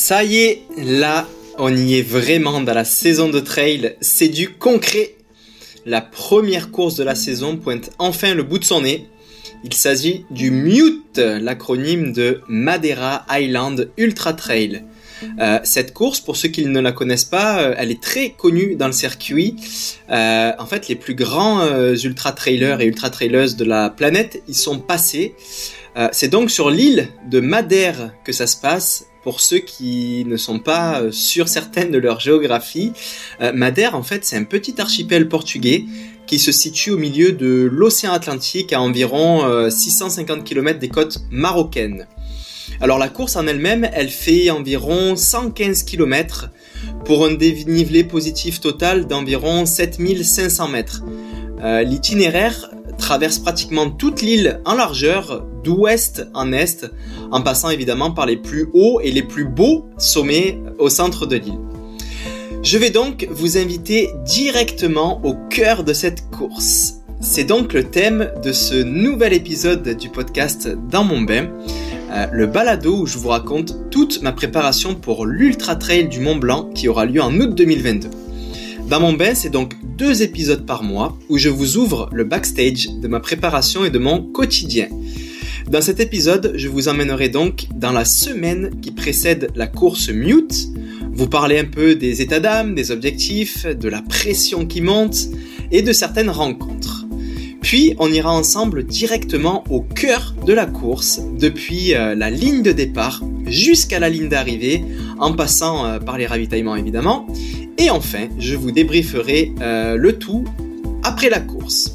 Ça y est, là, on y est vraiment dans la saison de trail, c'est du concret. La première course de la saison pointe enfin le bout de son nez. Il s'agit du MUTE, l'acronyme de Madeira Island Ultra Trail. Cette course, pour ceux qui ne la connaissent pas, elle est très connue dans le circuit. En fait, les plus grands ultra-trailers et ultra-traileuses de la planète y sont passés. C'est donc sur l'île de Madère que ça se passe. Pour ceux qui ne sont pas sûrs certaines de leur géographie, Madère, en fait, c'est un petit archipel portugais qui se situe au milieu de l'océan Atlantique à environ 650 km des côtes marocaines. Alors la course en elle-même, elle fait environ 115 km pour un dénivelé positif total d'environ 7500 mètres. L'itinéraire traverse pratiquement toute l'île en largeur, d'ouest en est, en passant évidemment par les plus hauts et les plus beaux sommets au centre de l'île. Je vais donc vous inviter directement au cœur de cette course. C'est donc le thème de ce nouvel épisode du podcast Dans mon bain, le balado où je vous raconte toute ma préparation pour l'Ultra Trail du Mont Blanc qui aura lieu en août 2022. Dans mon bain, c'est donc 2 épisodes par mois où je vous ouvre le backstage de ma préparation et de mon quotidien. Dans cet épisode, je vous emmènerai donc dans la semaine qui précède la course MUTE, vous parler un peu des états d'âme, des objectifs, de la pression qui monte et de certaines rencontres. Puis, on ira ensemble directement au cœur de la course, depuis la ligne de départ jusqu'à la ligne d'arrivée, en passant par les ravitaillements évidemment. Et enfin, je vous débrieferai le tout après la course.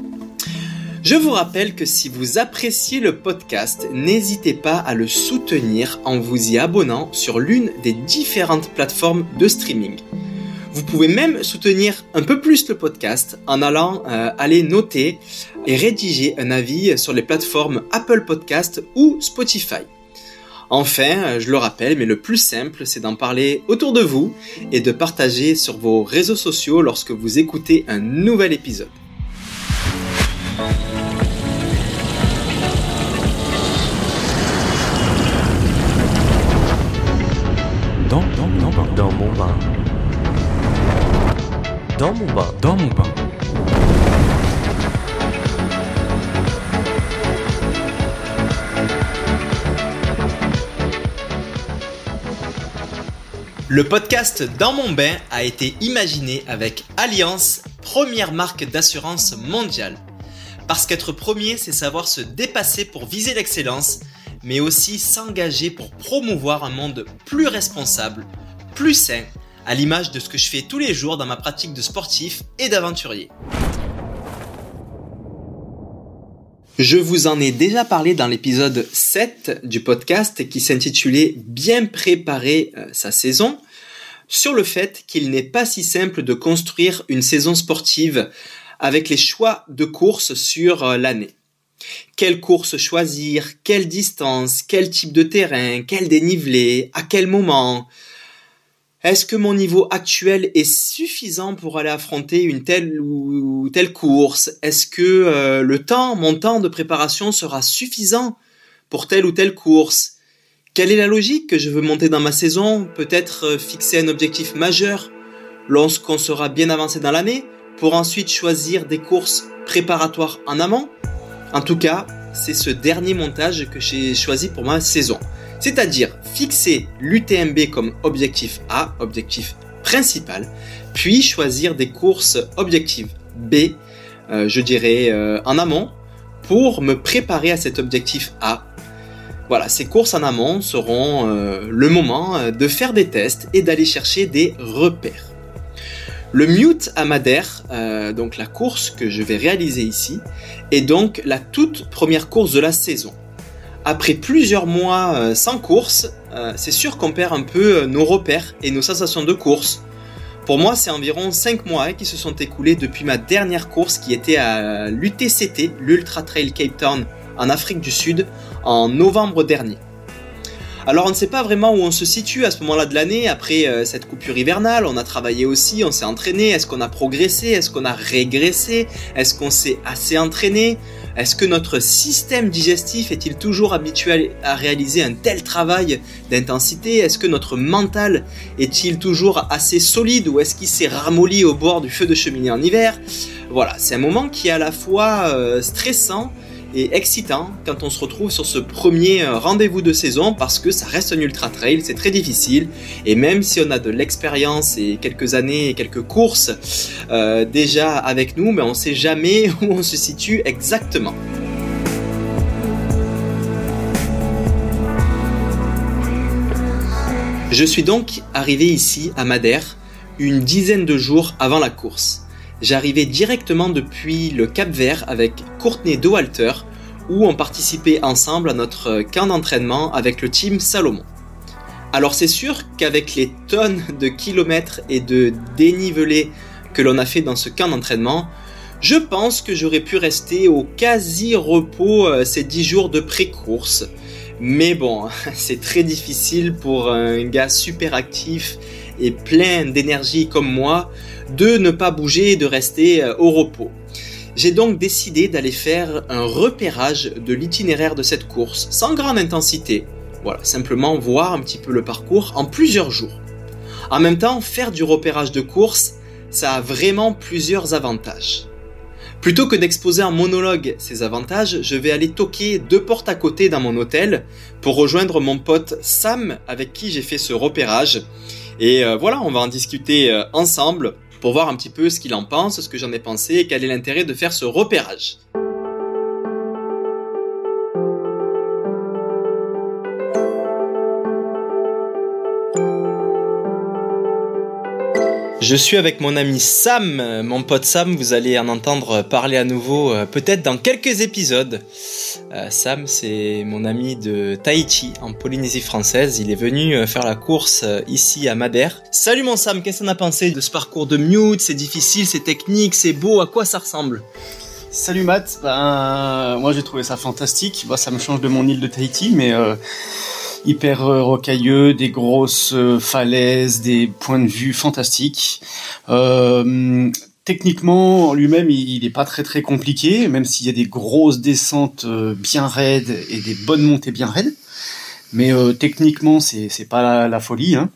Je vous rappelle que si vous appréciez le podcast, n'hésitez pas à le soutenir en vous y abonnant sur l'une des différentes plateformes de streaming. Vous pouvez même soutenir un peu plus le podcast en allant aller noter et rédiger un avis sur les plateformes Apple Podcast ou Spotify. Enfin, je le rappelle, mais le plus simple, c'est d'en parler autour de vous et de partager sur vos réseaux sociaux lorsque vous écoutez un nouvel épisode. Dans mon bain. Dans mon bain. Dans mon bain. Le podcast Dans mon bain a été imaginé avec Allianz, première marque d'assurance mondiale. Parce qu'être premier, c'est savoir se dépasser pour viser l'excellence, mais aussi s'engager pour promouvoir un monde plus responsable, plus sain, à l'image de ce que je fais tous les jours dans ma pratique de sportif et d'aventurier. Je vous en ai déjà parlé dans l'épisode 7 du podcast qui s'intitulait « Bien préparer sa saison », sur le fait qu'il n'est pas si simple de construire une saison sportive avec les choix de courses sur l'année. Quelle course choisir, quelle distance, quel type de terrain, quel dénivelé, à quel moment ? Est-ce que mon niveau actuel est suffisant pour aller affronter une telle ou telle course ? Est-ce que mon temps de préparation sera suffisant pour telle ou telle course ? Quelle est la logique que je veux monter dans ma saison ? Peut-être fixer un objectif majeur lorsqu'on sera bien avancé dans l'année pour ensuite choisir des courses préparatoires en amont ? En tout cas, c'est ce dernier montage que j'ai choisi pour ma saison. C'est-à-dire fixer l'UTMB comme objectif A, objectif principal, puis choisir des courses objectif B, en amont, pour me préparer à cet objectif A. Voilà, ces courses en amont seront le moment de faire des tests et d'aller chercher des repères. Le MUTE à Madère, donc la course que je vais réaliser ici, est donc la toute première course de la saison. Après plusieurs mois sans course, c'est sûr qu'on perd un peu nos repères et nos sensations de course. Pour moi, c'est environ 5 mois qui se sont écoulés depuis ma dernière course qui était à l'UTCT, l'Ultra Trail Cape Town, en Afrique du Sud, en novembre dernier. Alors on ne sait pas vraiment où on se situe à ce moment-là de l'année, après cette coupure hivernale, on a travaillé aussi, on s'est entraîné, est-ce qu'on a progressé, est-ce qu'on a régressé, est-ce qu'on s'est assez entraîné, Est-ce que notre système digestif est-il toujours habitué à réaliser un tel travail d'intensité? Est-ce que notre mental est-il toujours assez solide ou est-ce qu'il s'est ramolli au bord du feu de cheminée en hiver? Voilà, c'est un moment qui est à la fois stressant et excitant quand on se retrouve sur ce premier rendez-vous de saison parce que ça reste un ultra trail, c'est très difficile et même si on a de l'expérience et quelques années et quelques courses déjà avec nous, mais on ne sait jamais où on se situe exactement. Je suis donc arrivé ici à Madère une dizaine de jours avant la course. J'arrivais directement depuis le Cap-Vert avec Courtney Dauwalter où on participait ensemble à notre camp d'entraînement avec le team Salomon. Alors c'est sûr qu'avec les tonnes de kilomètres et de dénivelé que l'on a fait dans ce camp d'entraînement, je pense que j'aurais pu rester au quasi-repos ces 10 jours de pré-course. Mais bon, c'est très difficile pour un gars super actif et plein d'énergie comme moi de ne pas bouger et de rester au repos. J'ai donc décidé d'aller faire un repérage de l'itinéraire de cette course sans grande intensité. Voilà, simplement voir un petit peu le parcours en plusieurs jours. En même temps, faire du repérage de course, ça a vraiment plusieurs avantages. Plutôt que d'exposer en monologue ces avantages, je vais aller toquer 2 portes à côté dans mon hôtel pour rejoindre mon pote Sam avec qui j'ai fait ce repérage. Et voilà, on va en discuter ensemble pour voir un petit peu ce qu'il en pense, ce que j'en ai pensé et quel est l'intérêt de faire ce repérage. Je suis avec mon ami Sam, mon pote Sam, vous allez en entendre parler à nouveau peut-être dans quelques épisodes. Sam, c'est mon ami de Tahiti, en Polynésie française. Il est venu faire la course ici à Madère. Salut mon Sam, qu'est-ce qu'on a pensé de ce parcours de Mute? C'est difficile, c'est technique, c'est beau, à quoi ça ressemble? Salut Matt, moi j'ai trouvé ça fantastique. Ça me change de mon île de Tahiti, mais hyper rocailleux, des grosses falaises, des points de vue fantastiques. Techniquement, en lui-même, il est pas très très compliqué, même s'il y a des grosses descentes bien raides et des bonnes montées bien raides. Mais techniquement, c'est pas la folie, hein.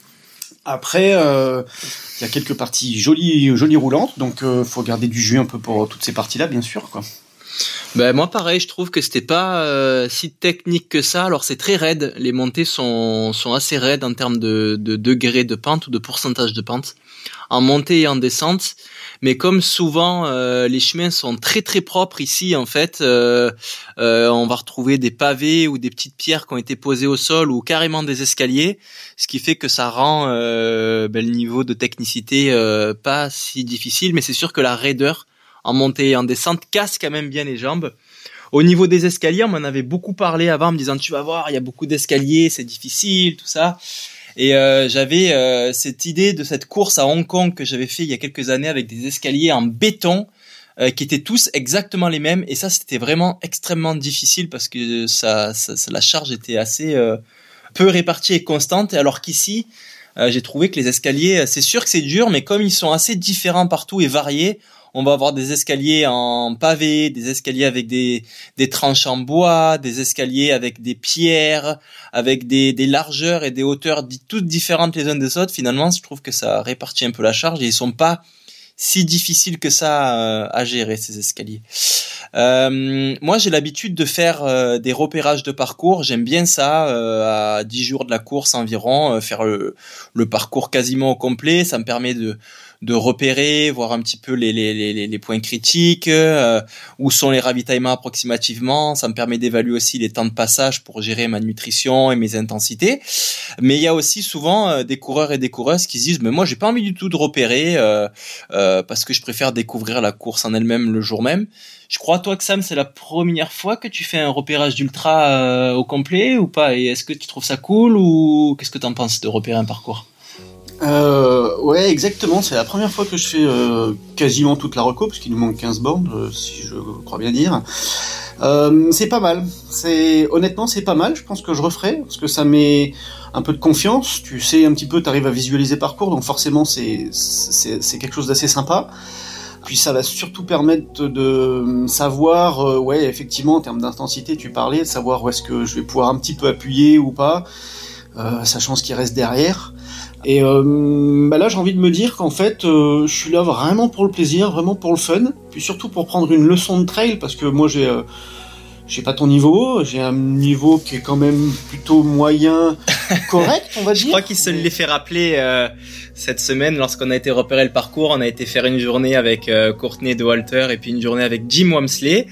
Après, il y a quelques parties jolies roulantes, donc faut garder du jus un peu pour toutes ces parties-là, bien sûr, quoi. Ben moi pareil, je trouve que c'était pas si technique que ça. Alors c'est très raide, les montées sont assez raides en termes de degrés de pente ou de pourcentage de pente en montée et en descente. Mais comme souvent les chemins sont très très propres ici en fait, on va retrouver des pavés ou des petites pierres qui ont été posées au sol ou carrément des escaliers, ce qui fait que ça rend le niveau de technicité pas si difficile. Mais c'est sûr que la raideur en montée et en descente casse quand même bien les jambes. Au niveau des escaliers, on m'en avait beaucoup parlé avant en me disant tu vas voir, il y a beaucoup d'escaliers, c'est difficile, tout ça. Et j'avais cette idée de cette course à Hong Kong que j'avais fait il y a quelques années avec des escaliers en béton qui étaient tous exactement les mêmes. Et ça, c'était vraiment extrêmement difficile parce que la charge était assez peu répartie et constante. Alors qu'ici, j'ai trouvé que les escaliers, c'est sûr que c'est dur, mais comme ils sont assez différents partout et variés, on va avoir des escaliers en pavé, des escaliers avec des tranches en bois, des escaliers avec des pierres, avec des largeurs et des hauteurs toutes différentes les unes des autres. Finalement, je trouve que ça répartit un peu la charge et ils sont pas si difficiles que ça à gérer, ces escaliers. Moi, j'ai l'habitude de faire des repérages de parcours. J'aime bien ça, à 10 jours de la course environ, faire le parcours quasiment au complet. Ça me permet de repérer, voir un petit peu les points critiques, où sont les ravitaillements approximativement. Ça me permet d'évaluer aussi les temps de passage pour gérer ma nutrition et mes intensités. Mais il y a aussi souvent des coureurs et des coureuses qui se disent mais moi j'ai pas envie du tout de repérer parce que je préfère découvrir la course en elle-même le jour même. Je crois toi que Sam, c'est la première fois que tu fais un repérage d'ultra au complet ou pas? Et est-ce que tu trouves ça cool ou qu'est-ce que t'en penses de repérer un parcours? Ouais, exactement. C'est la première fois que je fais quasiment toute la reco, parce qu'il nous manque 15 bornes, si je crois bien dire. C'est pas mal. Honnêtement, c'est pas mal. Je pense que je referai, parce que ça met un peu de confiance. Tu sais un petit peu, t'arrives à visualiser le parcours, donc forcément, c'est quelque chose d'assez sympa. Puis ça va surtout permettre de savoir, ouais, effectivement, en termes d'intensité, tu parlais, de savoir où est-ce que je vais pouvoir un petit peu appuyer ou pas, sachant ce qui reste derrière. Et là, j'ai envie de me dire qu'en fait, je suis là vraiment pour le plaisir, vraiment pour le fun, puis surtout pour prendre une leçon de trail, parce que moi, j'ai pas ton niveau, j'ai un niveau qui est quand même plutôt moyen, correct, on va dire. Je crois qu'il se l'est fait rappeler cette semaine lorsqu'on a été repérer le parcours. On a été faire une journée avec Courtney de Walter et puis une journée avec Jim Wamsley.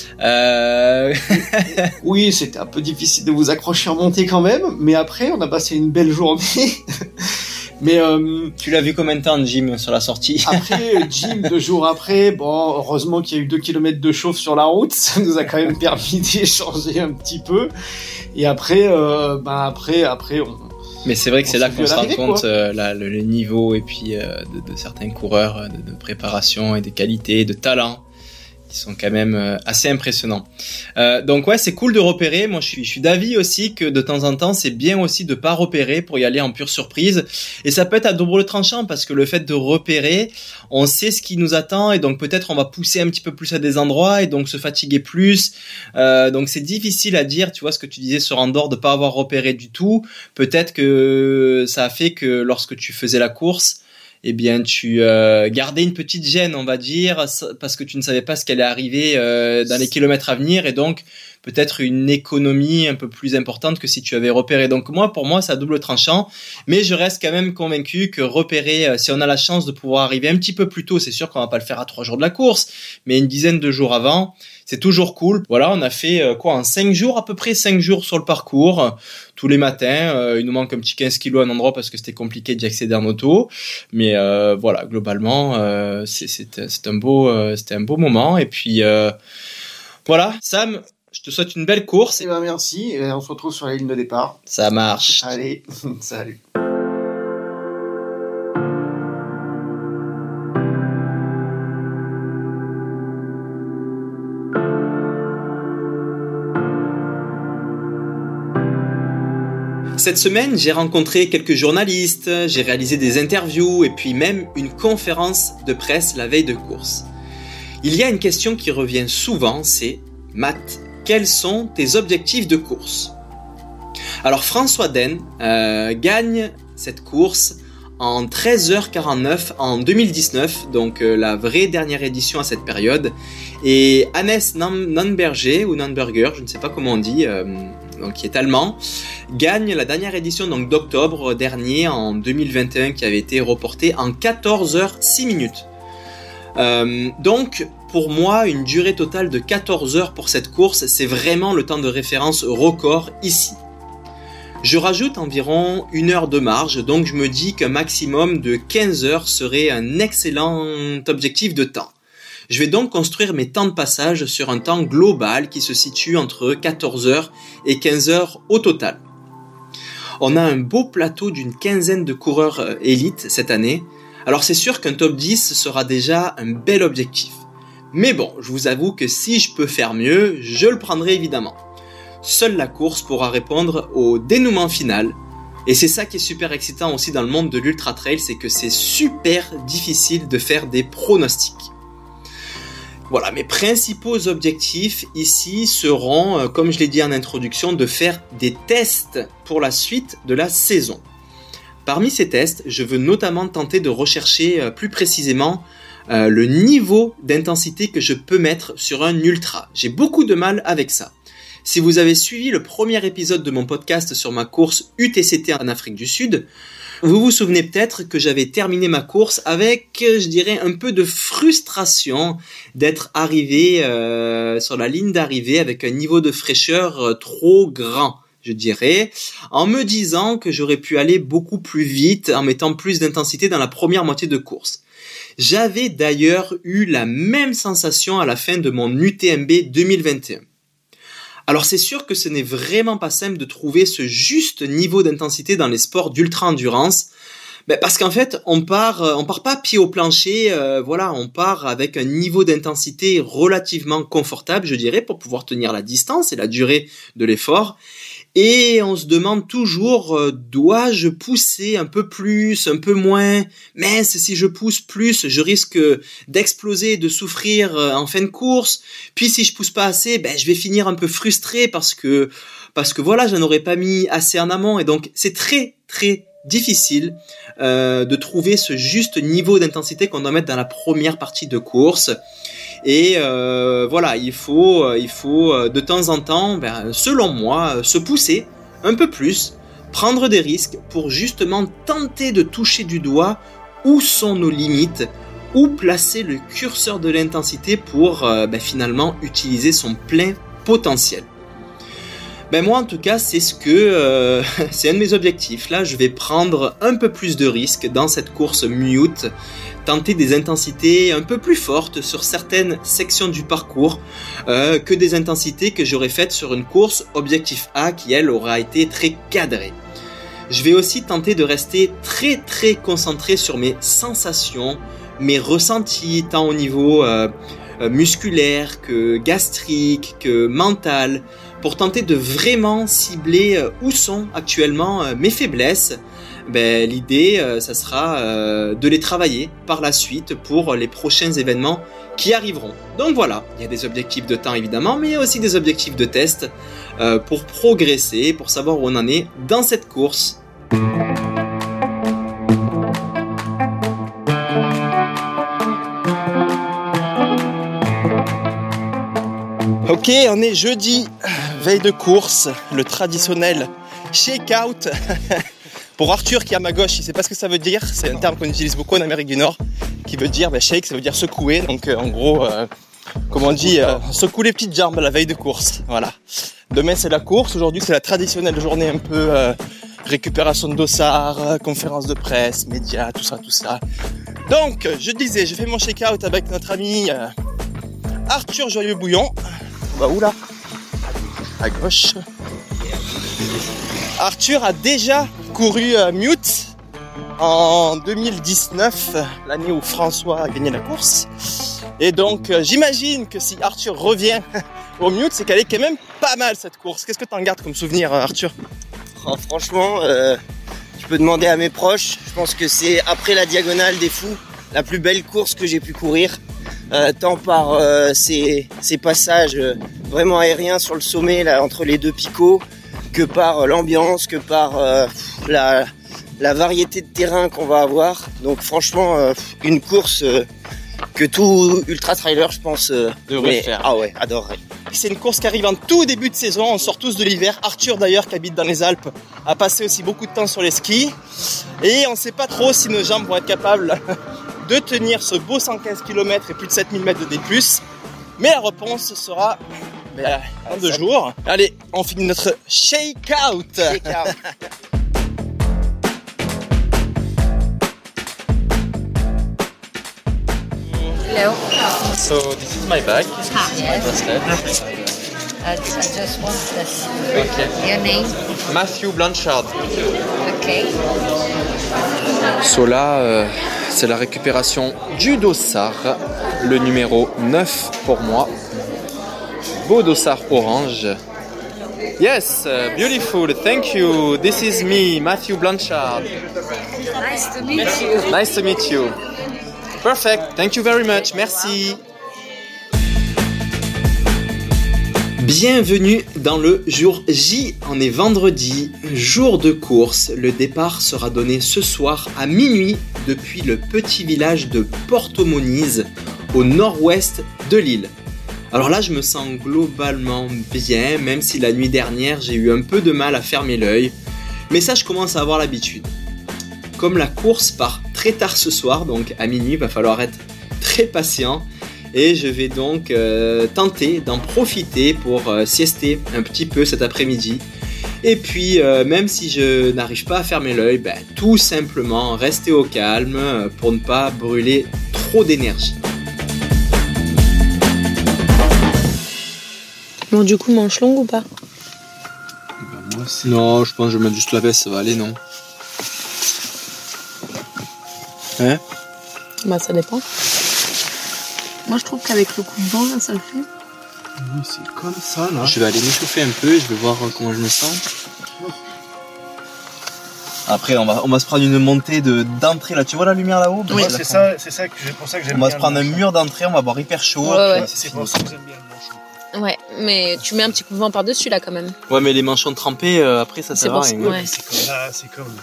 Oui, c'était un peu difficile de vous accrocher en montée quand même, mais après, on a passé une belle journée. Mais tu l'as vu combien de temps, Jim, sur la sortie? Après, Jim, 2 jours après, bon, heureusement qu'il y a eu 2 kilomètres de chauffe sur la route, ça nous a quand même permis d'échanger un petit peu. Et après, après, Mais c'est vrai que c'est là qu'on se rend compte le niveau et puis de certains coureurs, de préparation et des qualités, de talent, qui sont quand même assez impressionnants. Donc ouais, c'est cool de repérer. Moi, je suis d'avis aussi que de temps en temps, c'est bien aussi de pas repérer pour y aller en pure surprise. Et ça peut être à double tranchant parce que le fait de repérer, on sait ce qui nous attend et donc peut-être on va pousser un petit peu plus à des endroits et donc se fatiguer plus. Donc c'est difficile à dire. Tu vois ce que tu disais sur Andorre, de pas avoir repéré du tout. Peut-être que ça a fait que lorsque tu faisais la course, eh bien, tu gardais une petite gêne, on va dire, parce que tu ne savais pas ce qui allait arriver dans les kilomètres à venir, et donc peut-être une économie un peu plus importante que si tu avais repéré. Donc pour moi, c'est à double tranchant, mais je reste quand même convaincu que repérer, si on a la chance de pouvoir arriver un petit peu plus tôt, c'est sûr qu'on va pas le faire à 3 jours de la course, mais une dizaine de jours avant, c'est toujours cool. Voilà, on a fait en 5 jours, à peu près 5 jours sur le parcours, tous les matins. Il nous manque un petit 15 kilos à un endroit parce que c'était compliqué d'y accéder en auto, mais voilà, globalement, c'était un beau moment. Et puis voilà, Sam, je te souhaite une belle course. Eh ben merci, et on se retrouve sur la ligne de départ. Ça marche. Allez, salut. Cette semaine, j'ai rencontré quelques journalistes, j'ai réalisé des interviews et puis même une conférence de presse la veille de course. Il y a une question qui revient souvent, c'est « Matt, quels sont tes objectifs de course ?» Alors François Den gagne cette course en 13h49 en 2019, donc la vraie dernière édition à cette période. Et Hannes Nannberger, ou Nannberger, je ne sais pas comment on dit, donc qui est allemand, gagne la dernière édition donc d'octobre dernier en 2021 qui avait été reportée en 14h06. Donc pour moi, une durée totale de 14 heures pour cette course, c'est vraiment le temps de référence record ici. Je rajoute environ 1 heure de marge, donc je me dis qu'un maximum de 15 heures serait un excellent objectif de temps. Je vais donc construire mes temps de passage sur un temps global qui se situe entre 14 heures et 15 heures au total. On a un beau plateau d'une quinzaine de coureurs élites cette année, alors c'est sûr qu'un top 10 sera déjà un bel objectif. Mais bon, je vous avoue que si je peux faire mieux, je le prendrai évidemment. Seule la course pourra répondre au dénouement final. Et c'est ça qui est super excitant aussi dans le monde de l'ultra trail, c'est que c'est super difficile de faire des pronostics. Voilà, mes principaux objectifs ici seront, comme je l'ai dit en introduction, de faire des tests pour la suite de la saison. Parmi ces tests, je veux notamment tenter de rechercher plus précisément le niveau d'intensité que je peux mettre sur un ultra. J'ai beaucoup de mal avec ça. Si vous avez suivi le premier épisode de mon podcast sur ma course UTCT en Afrique du Sud, vous vous souvenez peut-être que j'avais terminé ma course avec, je dirais, un peu de frustration d'être arrivé sur la ligne d'arrivée avec un niveau de fraîcheur trop grand, je dirais, en me disant que j'aurais pu aller beaucoup plus vite en mettant plus d'intensité dans la première moitié de course. J'avais d'ailleurs eu la même sensation à la fin de mon UTMB 2021. Alors c'est sûr que ce n'est vraiment pas simple de trouver ce juste niveau d'intensité dans les sports d'ultra-endurance, parce qu'en fait on part pas pied au plancher, on part avec un niveau d'intensité relativement confortable, je dirais, pour pouvoir tenir la distance et la durée de l'effort. Et on se demande toujours, dois-je pousser un peu plus, un peu moins? Mince, si je pousse plus, je risque d'exploser, de souffrir en fin de course. Puis si je pousse pas assez, je vais finir un peu frustré parce que voilà, j'en aurais pas mis assez en amont. Et donc c'est très très difficile de trouver ce juste niveau d'intensité qu'on doit mettre dans la première partie de course. Et voilà, il faut de temps en temps, selon moi, se pousser un peu plus, prendre des risques pour justement tenter de toucher du doigt où sont nos limites, où placer le curseur de l'intensité pour finalement utiliser son plein potentiel. Moi en tout cas c'est c'est un de mes objectifs. Là je vais prendre un peu plus de risques dans cette course Mute, tenter des intensités un peu plus fortes sur certaines sections du parcours que des intensités que j'aurais faites sur une course objectif A qui elle aura été très cadrée. Je vais aussi tenter de rester très très concentré sur mes sensations, mes ressentis tant au niveau musculaire que gastrique, que mental, pour tenter de vraiment cibler où sont actuellement mes faiblesses. L'idée, ça sera de les travailler par la suite pour les prochains événements qui arriveront. Donc voilà, il y a des objectifs de temps évidemment, mais il y a aussi des objectifs de test pour progresser, pour savoir où on en est dans cette course. Ok, on est jeudi, veille de course, le traditionnel shake-out. Pour Arthur qui est à ma gauche, il ne sait pas ce que ça veut dire. C'est un terme qu'on utilise beaucoup en Amérique du Nord, qui veut dire shake, ça veut dire secouer. Donc en gros, comme on dit, secouer les petites jambes à la veille de course. Voilà. Demain c'est la course, aujourd'hui c'est la traditionnelle journée un peu récupération de dossard, conférence de presse, médias, tout ça. Donc je disais, je fais mon shake-out avec notre ami Arthur Joyeux-Bouillon. Où là ? À gauche. Arthur a déjà couru Mute en 2019, l'année où François a gagné la course. Et donc j'imagine que si Arthur revient au Mute, c'est qu'elle est quand même pas mal cette course. Qu'est-ce que t'en gardes comme souvenir, Arthur ? Franchement, je peux demander à mes proches. Je pense que c'est après la Diagonale des Fous, la plus belle course que j'ai pu courir. Tant par ces passages vraiment aériens sur le sommet là, entre les deux picots, que par l'ambiance, que par la variété de terrain qu'on va avoir. Donc franchement, une course que tout ultra trailer, je pense, devrait faire. Ah ouais, adorerait. C'est une course qui arrive en tout début de saison, on sort tous de l'hiver. Arthur d'ailleurs, qui habite dans les Alpes, a passé aussi beaucoup de temps sur les skis. Et on ne sait pas trop si nos jambes vont être capables de tenir ce beau 115 km et plus de 7000 mètres de D+. Mais la réponse sera en 2 jours. Allez, on finit notre shake-out. Hello. So this is my bag. My bracelet. I just want this. Okay. Your name? Matthew Blanchard. Okay. So là, c'est la récupération du dossard, le numéro 9 pour moi. Beau dossard orange. Yes, beautiful, thank you. This is me, Matthew Blanchard. Nice to meet you. Nice to meet you. Perfect, thank you very much, merci. Bienvenue dans le jour J, on est vendredi, jour de course. Le départ sera donné ce soir à minuit depuis le petit village de Porto Moniz, au nord-ouest de l'île. Alors là, je me sens globalement bien, même si la nuit dernière, j'ai eu un peu de mal à fermer l'œil. Mais ça, je commence à avoir l'habitude. Comme la course part très tard ce soir, donc à minuit, il va falloir être très patient. Et je vais donc tenter d'en profiter pour siester un petit peu cet après-midi. Et puis, même si je n'arrive pas à fermer l'œil, tout simplement rester au calme pour ne pas brûler trop d'énergie. Bon, du coup, manche longue ou pas ? Moi, non, je pense que je vais mettre juste la veste, ça va aller, non ? Hein ? Ça dépend. Moi, je trouve qu'avec le coup de vent, là, ça le fait. Oui, c'est comme ça, là. Je vais aller m'échauffer un peu et je vais voir comment je me sens. Après, on va se prendre une montée d'entrée là. Tu vois la lumière là-haut? Oui, c'est ça pour ça que j'aime bien. On va se prendre un mur d'entrée, on va boire hyper chaud. Ouais. C'est pour ça que j'aime bien le manchon. Ouais, mais tu mets un petit couvrement par-dessus là quand même. Ouais, mais les manchons trempés, après ça sert à rien. Ouais. C'est comme.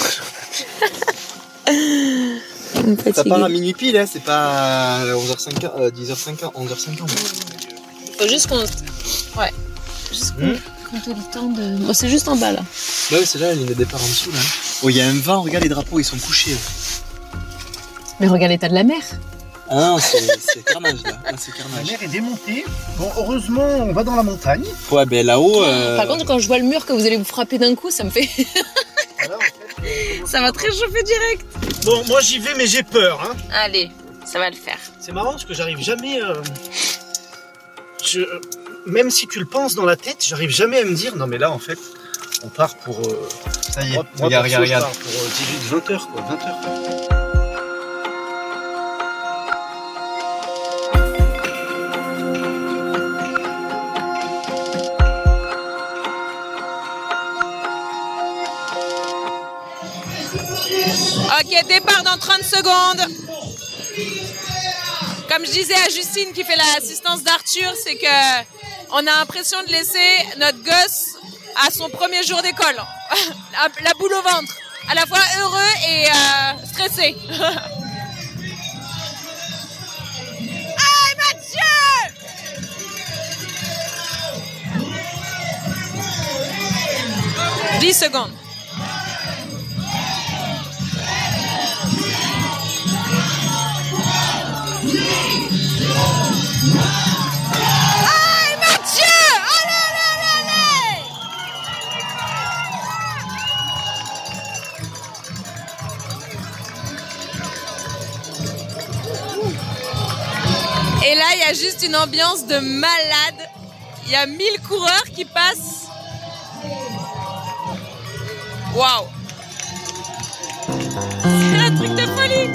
Ça part à minuit pile, hein, c'est pas 11h50, 10h50, 11h50. Faut juste qu'on. Ouais. Juste qu'on ait le temps de. Bon, c'est juste en bas là. Bah ouais, c'est là, la ligne de départ en dessous là. Oh, il y a un vent, regarde les drapeaux, ils sont couchés. Là. Mais regarde l'état de la mer. Ah non, c'est carnage là. C'est La carnage. mer est démontée. Bon, heureusement, on va dans la montagne. Ouais, ben là-haut. Par contre, quand je vois le mur que vous allez vous frapper d'un coup, ça me fait. Voilà, en fait, Ça va très chauffer direct. bon, moi j'y vais, mais j'ai peur. Hein. Allez, ça va le faire. C'est marrant parce que j'arrive jamais. Même si tu le penses dans la tête, j'arrive jamais à me dire non, mais là en fait, on part pour. Ça y est, moi, regarde. je pars pour 18-20 heures quoi. 20 heures. Ok, départ dans 30 secondes. Comme je disais à Justine qui fait l'assistance d'Arthur, c'est que on a l'impression de laisser notre gosse à son premier jour d'école. La boule au ventre. À la fois heureux et stressé. Allez Mathieu! 10 secondes. Allez Mathieu! Allez! Et là, il y a juste une ambiance de malade. Il y a 1000 coureurs qui passent. Waouh! C'est un truc de folie!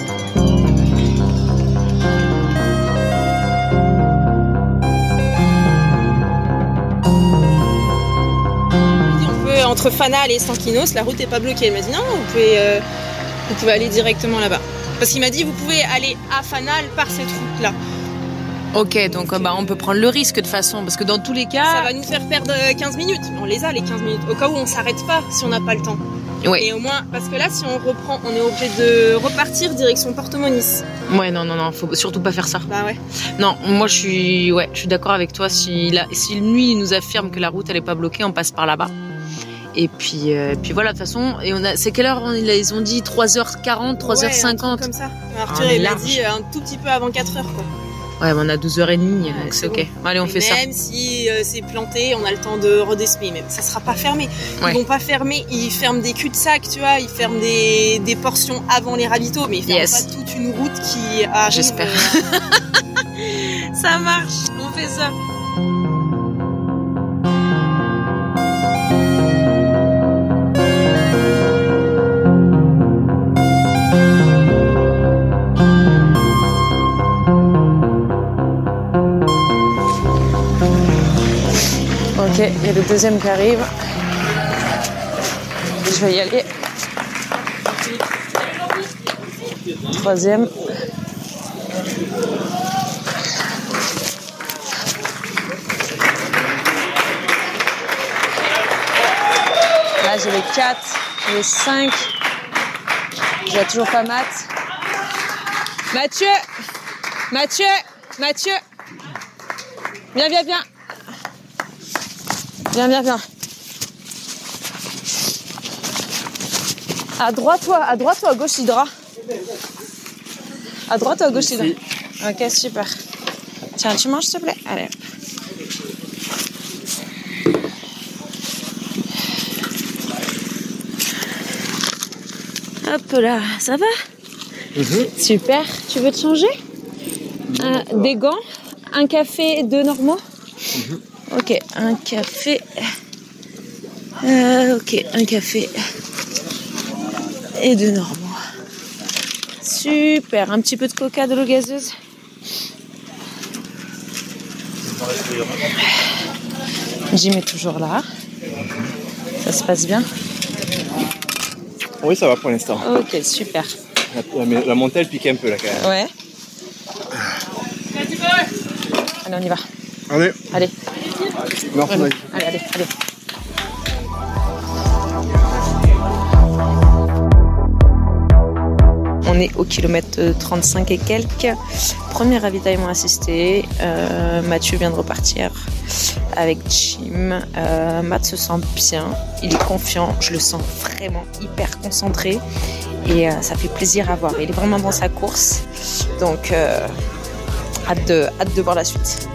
Entre Fanal et Sankinos, la route n'est pas bloquée. Elle m'a dit non, vous pouvez aller directement là-bas. Parce qu'il m'a dit vous pouvez aller à Fanal par cette route-là. Ok, donc on peut prendre le risque de toute façon, parce que dans tous les cas. Ça va nous faire perdre 15 minutes. On les a les 15 minutes. Au cas où on s'arrête pas si on n'a pas le temps. Oui. Et au moins, parce que là, si on reprend, on est obligé de repartir direction Porto-Moniz. Ouais, non, faut surtout pas faire ça. Bah ouais. Non, moi je suis d'accord avec toi. Si lui il nous affirme que la route elle est pas bloquée, on passe par là-bas. Et puis voilà, de toute façon, c'est quelle heure ils ont dit 3h40, 3h50 comme ça. Arthur il m'a dit un tout petit peu avant 4h quoi. Ouais, mais on a 12h30, donc c'est ok. Bon. Allez, on fait ça. Même si c'est planté, on a le temps de redéceler, mais ça sera pas fermé. Ouais. Ils vont pas fermer, ils ferment des cul-de-sac, tu vois, ils ferment des portions avant les ravitaux, mais ils ferment pas toute une route qui arrive. J'espère. Ça marche, on fait ça. Ok, il y a le deuxième qui arrive. Je vais y aller. Troisième. Là, j'ai les 4, les 5. Je vois toujours pas Matt. Mathieu! Viens. Viens. À droite ou à gauche, Hydra? À droite ou à gauche, Hydra? Ok, super. Tiens, tu manges, s'il te plaît? Allez. Hop là, ça va? Super. Tu veux te changer? Des gants, un café et 2 normaux? Ok, un café. Un café et 2 normaux. Super. Un petit peu de coca, de l'eau gazeuse. Jim est toujours là. Ça se passe bien? Oui, ça va pour l'instant. Ok, super. La montée, elle pique un peu là quand même. Ouais. Allez, on y va. Allez. Allez. Merci. Allez. On est au kilomètre 35 et quelques. Premier ravitaillement assisté. Mathieu vient de repartir avec Jim. Matt se sent bien. Il est confiant. Je le sens vraiment hyper concentré. Et ça fait plaisir à voir. Il est vraiment dans sa course. Donc, hâte de voir la suite.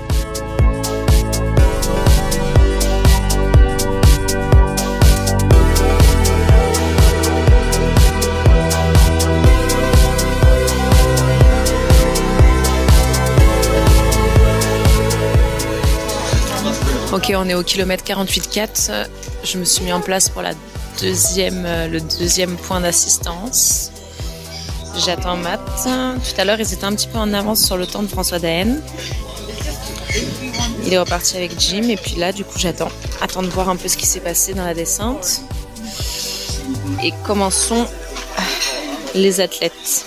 Ok, on est au kilomètre 48,4. Je me suis mis en place pour le deuxième point d'assistance. J'attends Matt. Tout à l'heure, ils étaient un petit peu en avance sur le temps de François Daen. Il est reparti avec Jim. Et puis là, du coup, j'attends de voir un peu ce qui s'est passé dans la descente. Et comment sont les athlètes.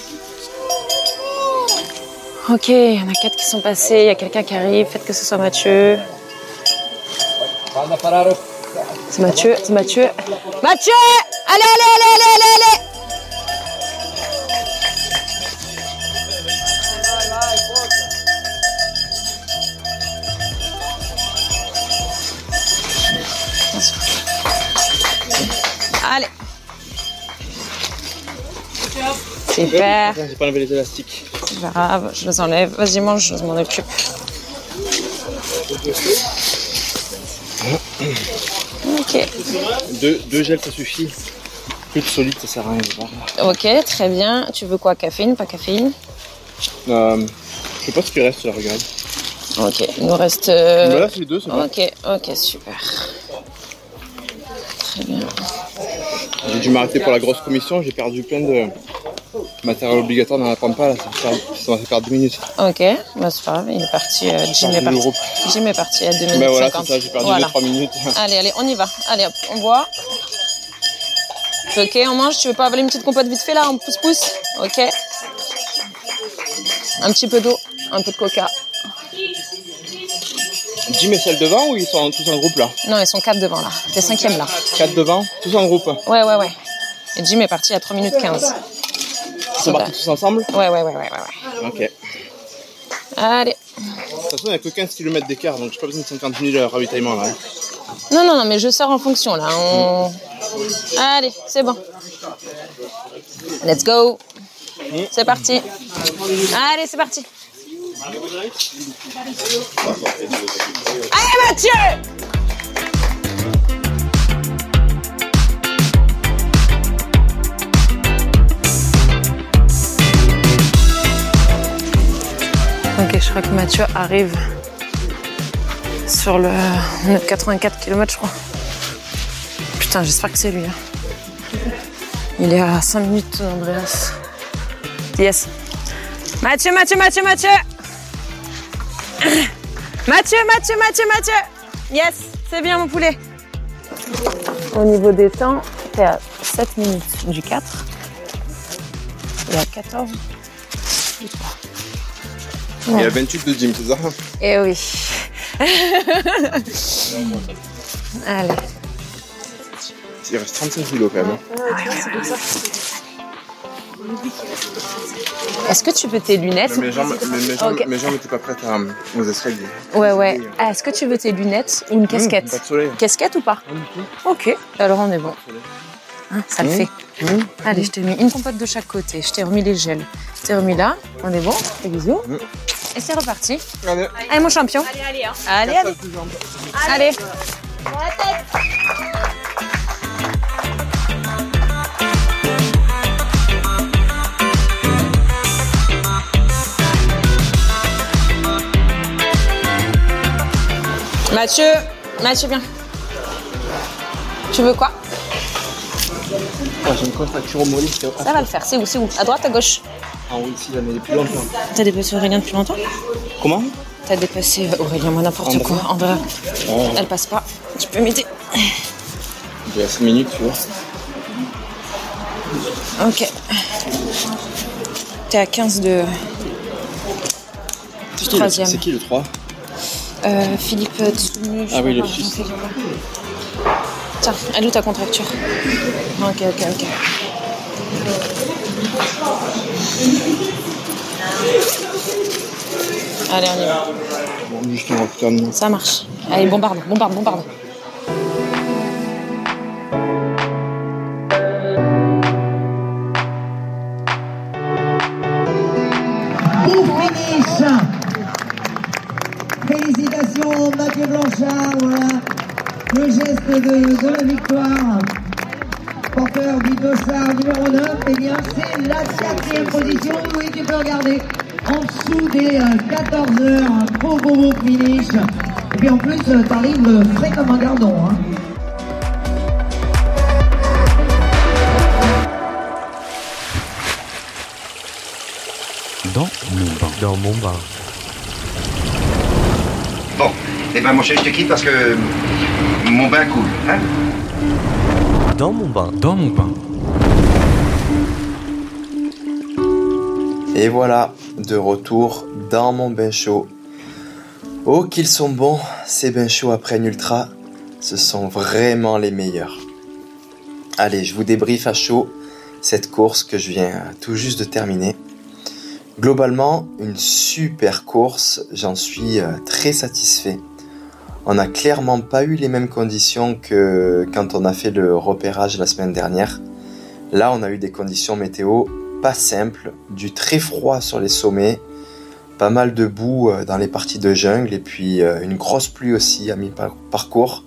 Ok, il y en a 4 qui sont passés. Il y a quelqu'un qui arrive. Faites que ce soit Mathieu. C'est Mathieu. Mathieu! Allez! Allez! Super! J'ai pas enlevé les élastiques. C'est pas grave, je les enlève. Vas-y, mange, je m'en occupe. Ok. Deux gels, ça suffit. Plus de solide, ça sert à rien. Ok, très bien. Tu veux quoi? Caféine, pas caféine? Je sais pas ce qui reste, là, regarde. Ok, il nous reste... Voilà, c'est les deux, c'est bon. Ok, super. Très bien. J'ai dû m'arrêter pour la grosse commission, j'ai perdu plein de matériel obligatoire dans la pampa, là, ça m'a fait perdre 2 minutes. Ok, bah c'est pas grave, il est parti, Jim est parti à 2 minutes Ben voilà, 50. c'est ça, j'ai perdu 2-3 minutes. Allez, on y va. Allez hop, on boit. Ok, on mange, tu veux pas avaler une petite compote vite fait là, en pouce-pouce? Ok. Un petit peu d'eau, un peu de coca. Jim et celle devant ou ils sont tous en groupe là? Non, ils sont 4 devant là, t'es 5e là. 4 devant, tous en groupe? Ouais. Et Jim est parti à 3 minutes 15. Ils sont partis tous ensemble? Ouais. Ok. Allez. De toute façon, il n'y a que 15 km d'écart, donc j'ai pas besoin de 50 000 ravitaillements là. Non, mais je sors en fonction là. Allez, c'est bon. Let's go. C'est parti. Allez, c'est parti. Allez, Mathieu! Ok, je crois que Mathieu arrive sur le 84 km, je crois. Putain, j'espère que c'est lui. Il est à 5 minutes d'Andreas. Yes. Mathieu! Mathieu! Yes, c'est bien mon poulet. Au niveau des temps, t'es à 7 minutes du 4. Et à 14. Il y a 28 de Jim, c'est ça? Eh oui. Allez. Il reste 35 kilos quand même. Est-ce que tu veux tes lunettes? Mes jambes n'étaient pas prêtes aux escaliers. Ouais. Ah, est-ce que tu veux tes lunettes ou une casquette? Pas de soleil. Casquette ou pas? Ok, alors on est bon. Hein, ça le fait. Allez, je t'ai mis une compote de chaque côté. Je t'ai remis les gels. Je t'ai remis là. On est bon. Et bisous. Et c'est reparti. Allez, mon champion. Allez. Allez. Mathieu, viens. Tu veux quoi? J'ai une contracture au mollet. Ça va le faire. C'est où? À droite, à gauche? En haut ici, j'en ai depuis longtemps. T'as des blessures aurélien depuis longtemps? Comment? T'as dépassé Aurélien, moi n'importe quoi. Andrea, elle passe pas. Tu peux m'aider? Il y a 5 minutes, tu vois. Ok. T'es à 15 du troisième. C'est qui le 3? Philippe Tsoumu. Ah oui, le fils. Tiens, elle est où ta contracture? Ok. Allez, on y va. Bon, juste on va terminer. Ça marche. Allez, bombarde. Beau finish. Félicitations Mathieu Blanchard, voilà le geste de la victoire. Porteur du dossard numéro 9, eh bien c'est la 4e position. Oui, tu peux regarder en dessous des 14 heures, un beau finish. Et puis en plus, t'arrives frais comme un gardon. Hein. Dans mon bain. Bon, eh ben mon chéri, je te quitte parce que mon bain coule, hein? Dans mon bain. Et voilà, de retour dans mon bain chaud. Oh, qu'ils sont bons, ces bains chauds après une ultra. Ce sont vraiment les meilleurs. Allez, je vous débriefe à chaud cette course que je viens tout juste de terminer. Globalement, une super course, j'en suis très satisfait. On n'a clairement pas eu les mêmes conditions que quand on a fait le repérage la semaine dernière. Là, on a eu des conditions météo pas simples, du très froid sur les sommets, pas mal de boue dans les parties de jungle et puis une grosse pluie aussi à mi-parcours.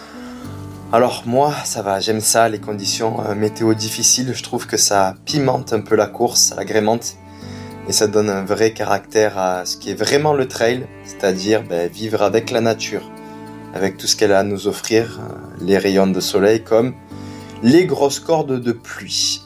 Alors moi, ça va, j'aime ça, les conditions météo difficiles, je trouve que ça pimente un peu la course, ça l'agrémente. Et ça donne un vrai caractère à ce qui est vraiment le trail, c'est-à-dire vivre avec la nature, avec tout ce qu'elle a à nous offrir, les rayons de soleil comme les grosses cordes de pluie.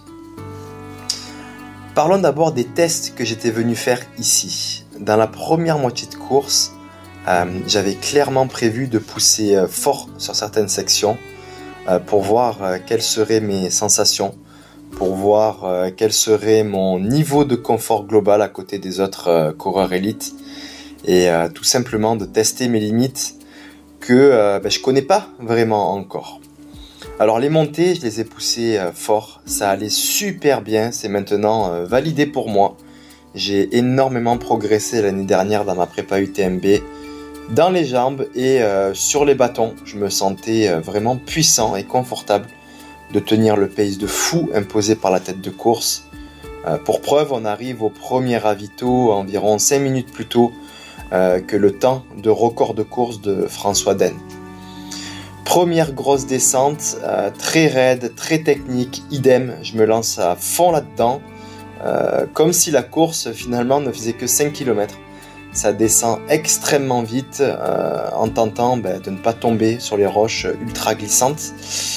Parlons d'abord des tests que j'étais venu faire ici. Dans la première moitié de course, j'avais clairement prévu de pousser fort sur certaines sections pour voir quelles seraient mes sensations, pour voir quel serait mon niveau de confort global à côté des autres coureurs élites et tout simplement de tester mes limites que je connais pas vraiment encore. Alors les montées, je les ai poussées fort, ça allait super bien, c'est maintenant validé pour moi. J'ai énormément progressé l'année dernière dans ma prépa UTMB, dans les jambes et sur les bâtons. Je me sentais vraiment puissant et confortable de tenir le pace de fou imposé par la tête de course. Pour preuve, on arrive au premier ravito environ 5 minutes plus tôt que le temps de record de course de François Den. Première grosse descente, très raide, très technique, idem, je me lance à fond là-dedans, comme si la course finalement ne faisait que 5 km. Ça descend extrêmement vite en tentant de ne pas tomber sur les roches ultra glissantes.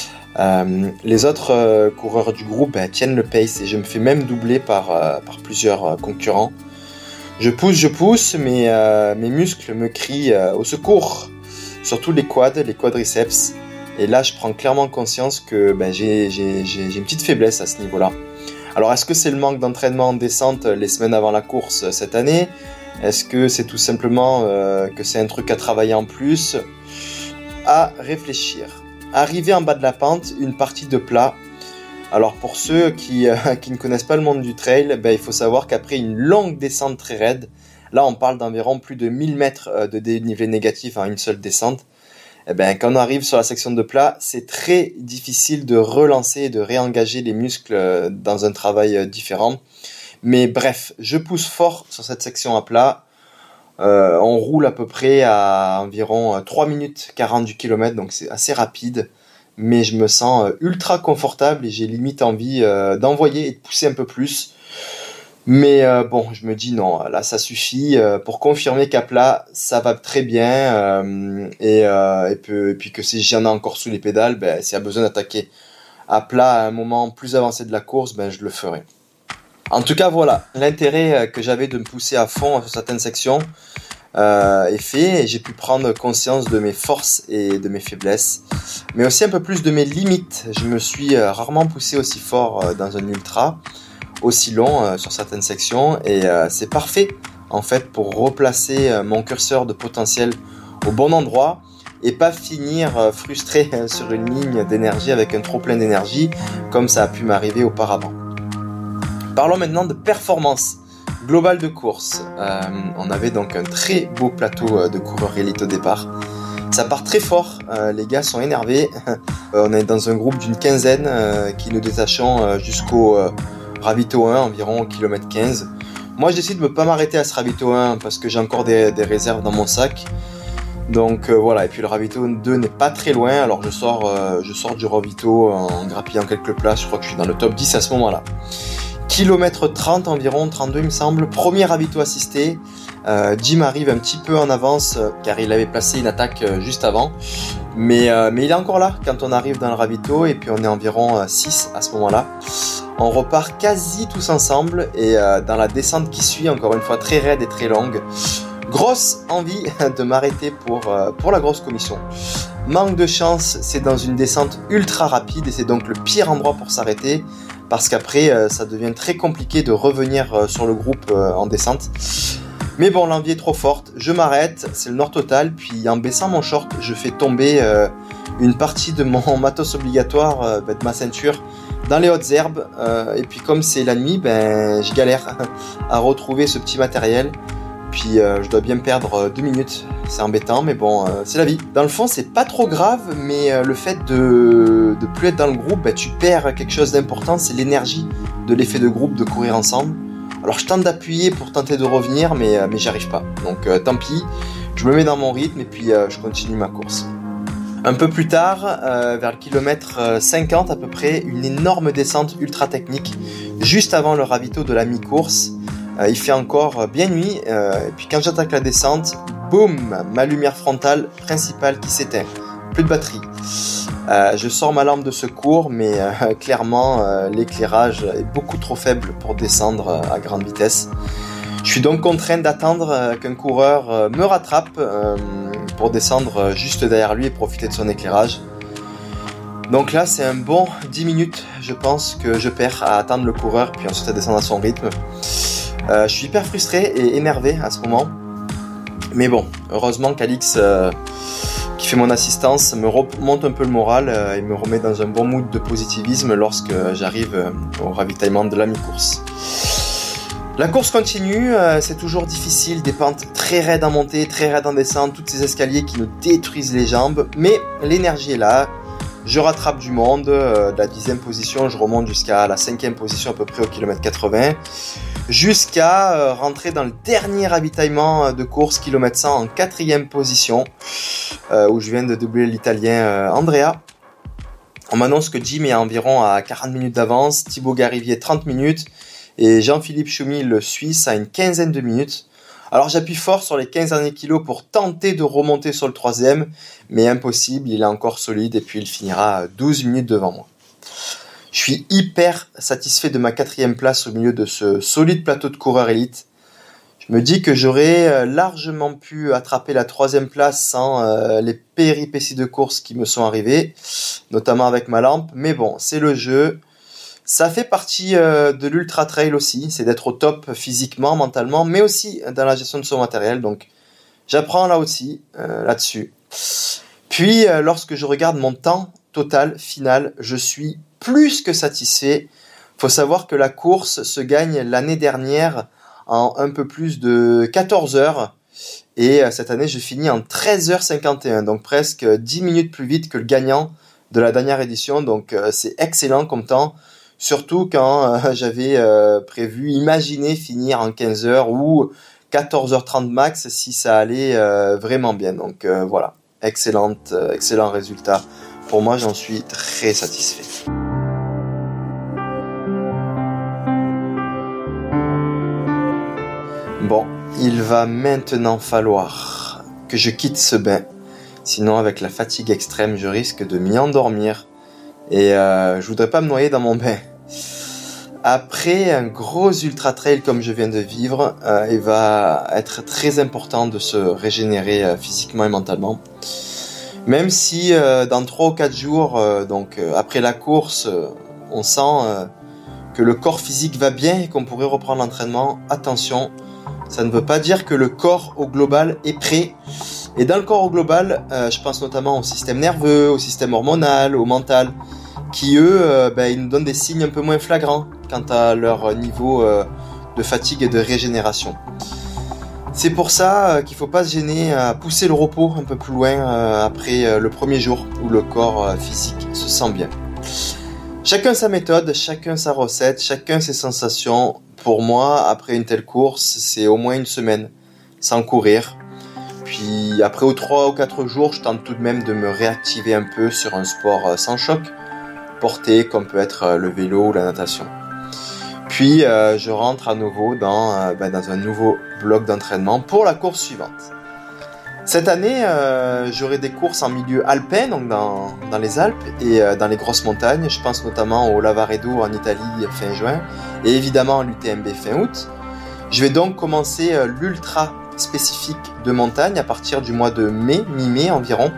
Les autres coureurs du groupe tiennent le pace et je me fais même doubler par plusieurs concurrents. Je pousse, mais mes muscles me crient au secours, surtout les quadriceps. Et là, je prends clairement conscience que j'ai une petite faiblesse à ce niveau-là. Alors, est-ce que c'est le manque d'entraînement en descente les semaines avant la course cette année? Est-ce que c'est tout simplement que c'est un truc à travailler en plus? À réfléchir. Arrivé en bas de la pente, une partie de plat. Alors pour ceux qui ne connaissent pas le monde du trail, il faut savoir qu'après une longue descente très raide, là on parle d'environ plus de 1000 mètres de dénivelé négatif en une seule descente, quand on arrive sur la section de plat, c'est très difficile de relancer et de réengager les muscles dans un travail différent. Mais bref, je pousse fort sur cette section à plat. On roule à peu près à environ 3 minutes 40 du kilomètre, donc c'est assez rapide. Mais je me sens ultra confortable et j'ai limite envie d'envoyer et de pousser un peu plus. Mais je me dis non, là ça suffit. Pour confirmer qu'à plat, ça va très bien. Et puis que si j'en ai encore sous les pédales, s'il y a besoin d'attaquer à plat à un moment plus avancé de la course, je le ferai. En tout cas, voilà l'intérêt que j'avais de me pousser à fond sur certaines sections. est fait et j'ai pu prendre conscience de mes forces et de mes faiblesses, mais aussi un peu plus de mes limites. Je me suis rarement poussé aussi fort dans un ultra, aussi long sur certaines sections, et c'est parfait en fait pour replacer mon curseur de potentiel au bon endroit et pas finir frustré sur une ligne d'énergie avec un trop plein d'énergie comme ça a pu m'arriver auparavant. Parlons maintenant de performance globale de course. On avait donc un très beau plateau de coureurs élite au départ. Ça part très fort, les gars sont énervés. On est dans un groupe d'une quinzaine qui nous détachons jusqu'au ravito 1, environ kilomètre 15. Moi je décide de ne pas m'arrêter à ce ravito 1 parce que j'ai encore des réserves dans mon sac. Donc voilà, et puis le ravito 2 n'est pas très loin, alors je sors du ravito en grappillant quelques places, je crois que je suis dans le top 10 à ce moment-là. Kilomètre 30 environ, 32 il me semble, premier ravito assisté. Jim arrive un petit peu en avance car il avait placé une attaque juste avant, mais il est encore là quand on arrive dans le ravito, et puis on est environ 6 à ce moment-là. On repart quasi tous ensemble, et dans la descente qui suit, encore une fois très raide et très longue, grosse envie de m'arrêter pour la grosse commission. Manque de chance, c'est dans une descente ultra rapide et c'est donc le pire endroit pour s'arrêter parce qu'après ça devient très compliqué de revenir sur le groupe en descente. Mais bon, l'envie est trop forte, je m'arrête, c'est le nord total, puis en baissant mon short, je fais tomber une partie de mon matos obligatoire, de ma ceinture, dans les hautes herbes, et puis comme c'est la nuit, je galère à retrouver ce petit matériel. Puis je dois bien perdre 2 minutes, c'est embêtant, mais bon, c'est la vie. Dans le fond, c'est pas trop grave, mais le fait de plus être dans le groupe, tu perds quelque chose d'important, c'est l'énergie de l'effet de groupe, de courir ensemble. Alors je tente d'appuyer pour tenter de revenir, mais j'y arrive pas. Donc tant pis, je me mets dans mon rythme et puis je continue ma course. Un peu plus tard, vers le kilomètre 50 à peu près, une énorme descente ultra technique, juste avant le ravito de la mi-course. Il fait encore bien nuit, et puis quand j'attaque la descente, boum, ma lumière frontale principale qui s'éteint, plus de batterie. Je sors ma lampe de secours, mais clairement l'éclairage est beaucoup trop faible pour descendre à grande vitesse. Je suis donc contraint d'attendre qu'un coureur me rattrape pour descendre juste derrière lui et profiter de son éclairage. Donc là c'est un bon 10 minutes je pense que je perds à attendre le coureur puis ensuite à descendre à son rythme. Je suis hyper frustré et énervé à ce moment. Mais bon, heureusement qu'Alix, qui fait mon assistance, me remonte un peu le moral et me remet dans un bon mood de positivisme lorsque j'arrive au ravitaillement de la mi-course. La course continue, c'est toujours difficile, des pentes très raides en montée, très raides en descente, toutes ces escaliers qui nous détruisent les jambes, mais l'énergie est là. Je rattrape du monde, de la 10e position, je remonte jusqu'à la 5e position à peu près au kilomètre 80, jusqu'à rentrer dans le dernier ravitaillement de course, kilomètre 100 en 4e position, où je viens de doubler l'italien Andrea. On m'annonce que Jim est environ à 40 minutes d'avance, Thibaut Garivier 30 minutes, et Jean-Philippe Choumi, le Suisse, à une quinzaine de minutes. Alors j'appuie fort sur les 15 derniers kilos pour tenter de remonter sur le 3e, mais impossible, il est encore solide et puis il finira à 12 minutes devant moi. Je suis hyper satisfait de ma 4e place au milieu de ce solide plateau de coureurs élite. Je me dis que j'aurais largement pu attraper la 3e place sans les péripéties de course qui me sont arrivées, notamment avec ma lampe, mais bon, c'est le jeu. Ça fait partie de l'ultra trail aussi, c'est d'être au top physiquement, mentalement, mais aussi dans la gestion de son matériel. Donc j'apprends là aussi, là-dessus. Puis lorsque je regarde mon temps total final, je suis plus que satisfait. Faut savoir que la course se gagne l'année dernière en un peu plus de 14 heures. Et cette année, je finis en 13h51, donc presque 10 minutes plus vite que le gagnant de la dernière édition. Donc c'est excellent comme temps. Surtout quand j'avais prévu, imaginé finir en 15h ou 14h30 max si ça allait vraiment bien. Donc voilà, excellent résultat. Pour moi, j'en suis très satisfait. Bon, il va maintenant falloir que je quitte ce bain. Sinon, avec la fatigue extrême, je risque de m'y endormir. Et je voudrais pas me noyer dans mon bain. Après un gros ultra trail comme je viens de vivre, il va être très important de se régénérer physiquement et mentalement. Même si dans 3 ou 4 jours, après la course, on sent que le corps physique va bien et qu'on pourrait reprendre l'entraînement, attention, ça ne veut pas dire que le corps au global est prêt. Et dans le corps au global, je pense notamment au système nerveux, au système hormonal, au mental, qui eux, ils nous donnent des signes un peu moins flagrants quant à leur niveau de fatigue et de régénération. C'est pour ça qu'il ne faut pas se gêner à pousser le repos un peu plus loin après le premier jour où le corps physique se sent bien. Chacun sa méthode, chacun sa recette, chacun ses sensations. Pour moi, après une telle course, c'est au moins une semaine sans courir. Puis après 3 ou 4 jours, je tente tout de même de me réactiver un peu sur un sport sans choc, porté comme peut être le vélo ou la natation. Puis je rentre à nouveau dans un nouveau bloc d'entraînement pour la course suivante. Cette année, j'aurai des courses en milieu alpin, donc dans les Alpes et dans les grosses montagnes. Je pense notamment au Lavaredo en Italie fin juin et évidemment à l'UTMB fin août. Je vais donc commencer l'ultra spécifique de montagne à partir du mois de mai, mi-mai environ.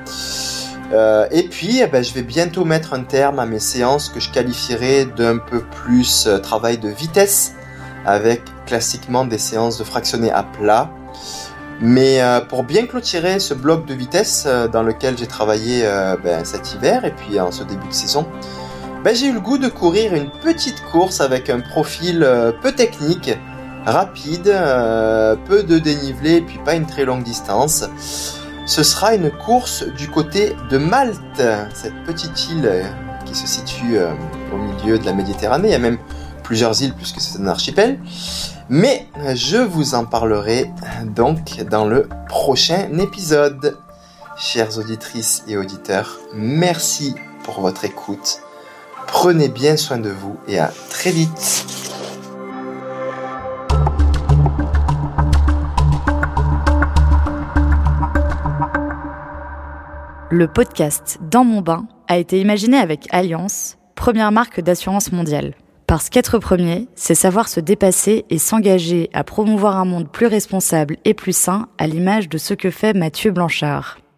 Et puis, je vais bientôt mettre un terme à mes séances que je qualifierais d'un peu plus travail de vitesse, avec classiquement des séances de fractionné à plat. Mais pour bien clôturer ce bloc de vitesse dans lequel j'ai travaillé cet hiver et puis en ce début de saison, j'ai eu le goût de courir une petite course avec un profil peu technique, rapide, peu de dénivelé et puis pas une très longue distance. Ce sera une course du côté de Malte, cette petite île qui se situe au milieu de la Méditerranée. Il y a même plusieurs îles puisque c'est un archipel. Mais je vous en parlerai donc dans le prochain épisode. Chères auditrices et auditeurs, merci pour votre écoute. Prenez bien soin de vous et à très vite. Le podcast Dans mon bain a été imaginé avec Allianz, première marque d'assurance mondiale. Parce qu'être premier, c'est savoir se dépasser et s'engager à promouvoir un monde plus responsable et plus sain à l'image de ce que fait Mathieu Blanchard.